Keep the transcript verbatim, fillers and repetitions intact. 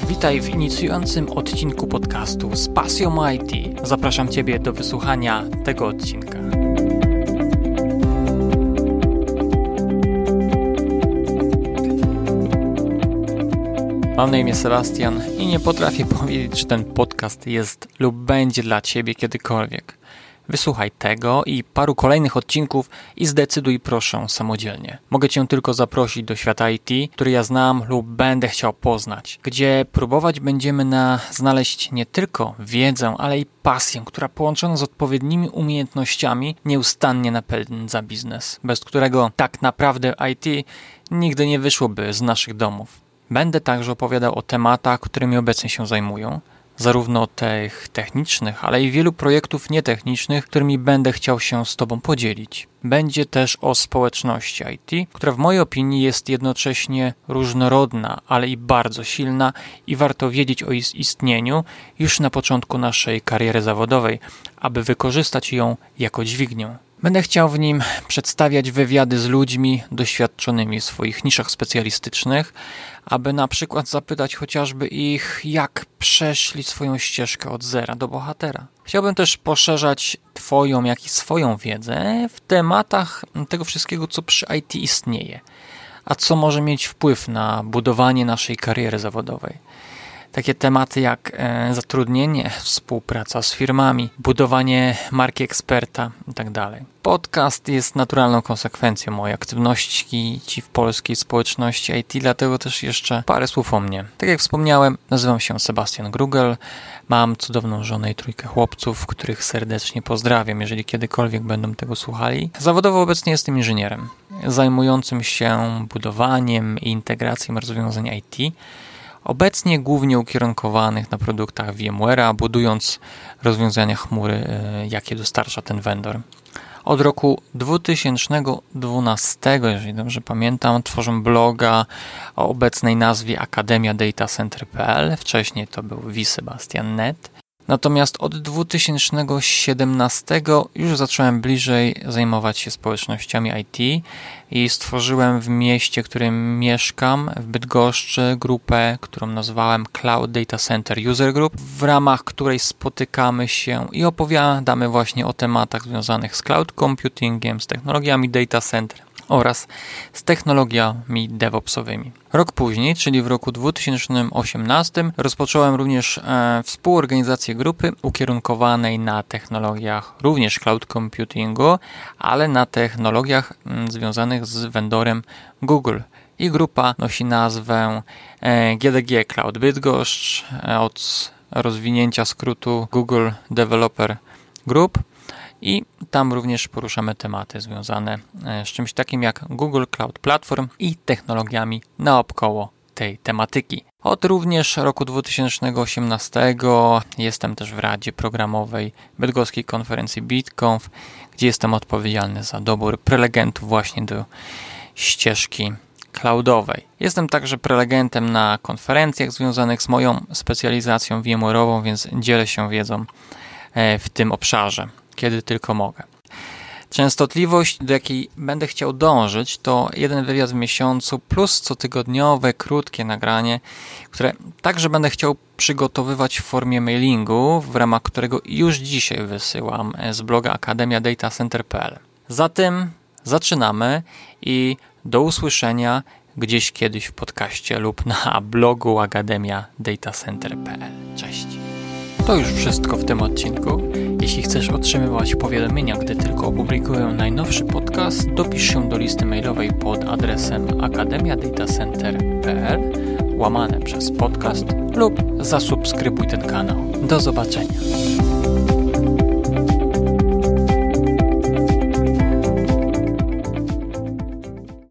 Witaj w inicjującym odcinku podcastu z pasją I T. Zapraszam Ciebie do wysłuchania tego odcinka. Mam na imię Sebastian i nie potrafię powiedzieć, czy ten podcast jest lub będzie dla Ciebie kiedykolwiek. Wysłuchaj tego i paru kolejnych odcinków i zdecyduj proszę samodzielnie. Mogę Cię tylko zaprosić do świata I T, który ja znam lub będę chciał poznać, gdzie próbować będziemy na znaleźć nie tylko wiedzę, ale i pasję, która połączona z odpowiednimi umiejętnościami nieustannie napędza biznes, bez którego tak naprawdę I T nigdy nie wyszłoby z naszych domów. Będę także opowiadał o tematach, którymi obecnie się zajmują, zarówno tych technicznych, ale i wielu projektów nietechnicznych, którymi będę chciał się z Tobą podzielić. Będzie też o społeczności I T, która w mojej opinii jest jednocześnie różnorodna, ale i bardzo silna i warto wiedzieć o jej istnieniu już na początku naszej kariery zawodowej, aby wykorzystać ją jako dźwignię. Będę chciał w nim przedstawiać wywiady z ludźmi doświadczonymi w swoich niszach specjalistycznych, aby na przykład zapytać chociażby ich, jak przeszli swoją ścieżkę od zera do bohatera. Chciałbym też poszerzać Twoją, jak i swoją wiedzę w tematach tego wszystkiego, co przy I T istnieje, a co może mieć wpływ na budowanie naszej kariery zawodowej. Takie tematy jak e, zatrudnienie, współpraca z firmami, budowanie marki eksperta itd. Podcast jest naturalną konsekwencją mojej aktywności w polskiej społeczności I T, dlatego też jeszcze parę słów o mnie. Tak jak wspomniałem, nazywam się Sebastian Grugel, mam cudowną żonę i trójkę chłopców, których serdecznie pozdrawiam, jeżeli kiedykolwiek będą tego słuchali. Zawodowo obecnie jestem inżynierem, zajmującym się budowaniem i integracją rozwiązań I T, obecnie głównie ukierunkowanych na produktach VMware'a, budując rozwiązania chmury, jakie dostarcza ten vendor. Od roku dwa tysiące dwunastego, jeżeli dobrze pamiętam, tworzę bloga o obecnej nazwie Akademia Data Center kropka p l. Wcześniej to był w sebastian kropka net. Natomiast od dwa tysiące siedemnastego już zacząłem bliżej zajmować się społecznościami I T i stworzyłem w mieście, w którym mieszkam, w Bydgoszczy, grupę, którą nazwałem Cloud Data Center User Group, w ramach której spotykamy się i opowiadamy właśnie o tematach związanych z cloud computingiem, z technologiami data center oraz z technologiami DevOpsowymi. Rok później, czyli w roku dwa tysiące osiemnastym, rozpocząłem również e, współorganizację grupy ukierunkowanej na technologiach również cloud computingu, ale na technologiach m, związanych z vendorem Google. I grupa nosi nazwę e, G D G Cloud Bydgoszcz e, od rozwinięcia skrótu Google Developer Group. I tam również poruszamy tematy związane z czymś takim jak Google Cloud Platform i technologiami naokoło tej tematyki. Od również roku dwa tysiące osiemnastego jestem też w Radzie Programowej Bydgoskiej Konferencji BitConf, gdzie jestem odpowiedzialny za dobór prelegentów właśnie do ścieżki cloudowej. Jestem także prelegentem na konferencjach związanych z moją specjalizacją VMware'ową, więc dzielę się wiedzą w tym obszarze, kiedy tylko mogę. Częstotliwość, do jakiej będę chciał dążyć, to jeden wywiad w miesiącu plus cotygodniowe, krótkie nagranie, które także będę chciał przygotowywać w formie mailingu, w ramach którego już dzisiaj wysyłam z bloga Akademia Data Center kropka p l. Zatem zaczynamy i do usłyszenia gdzieś kiedyś w podcaście lub na blogu Akademia Data Center kropka p l. Cześć! To już wszystko w tym odcinku. Jeśli chcesz otrzymywać powiadomienia, gdy tylko opublikuję najnowszy podcast, dopisz się do listy mailowej pod adresem akademia data center kropka p l łamane przez podcast lub zasubskrybuj ten kanał. Do zobaczenia.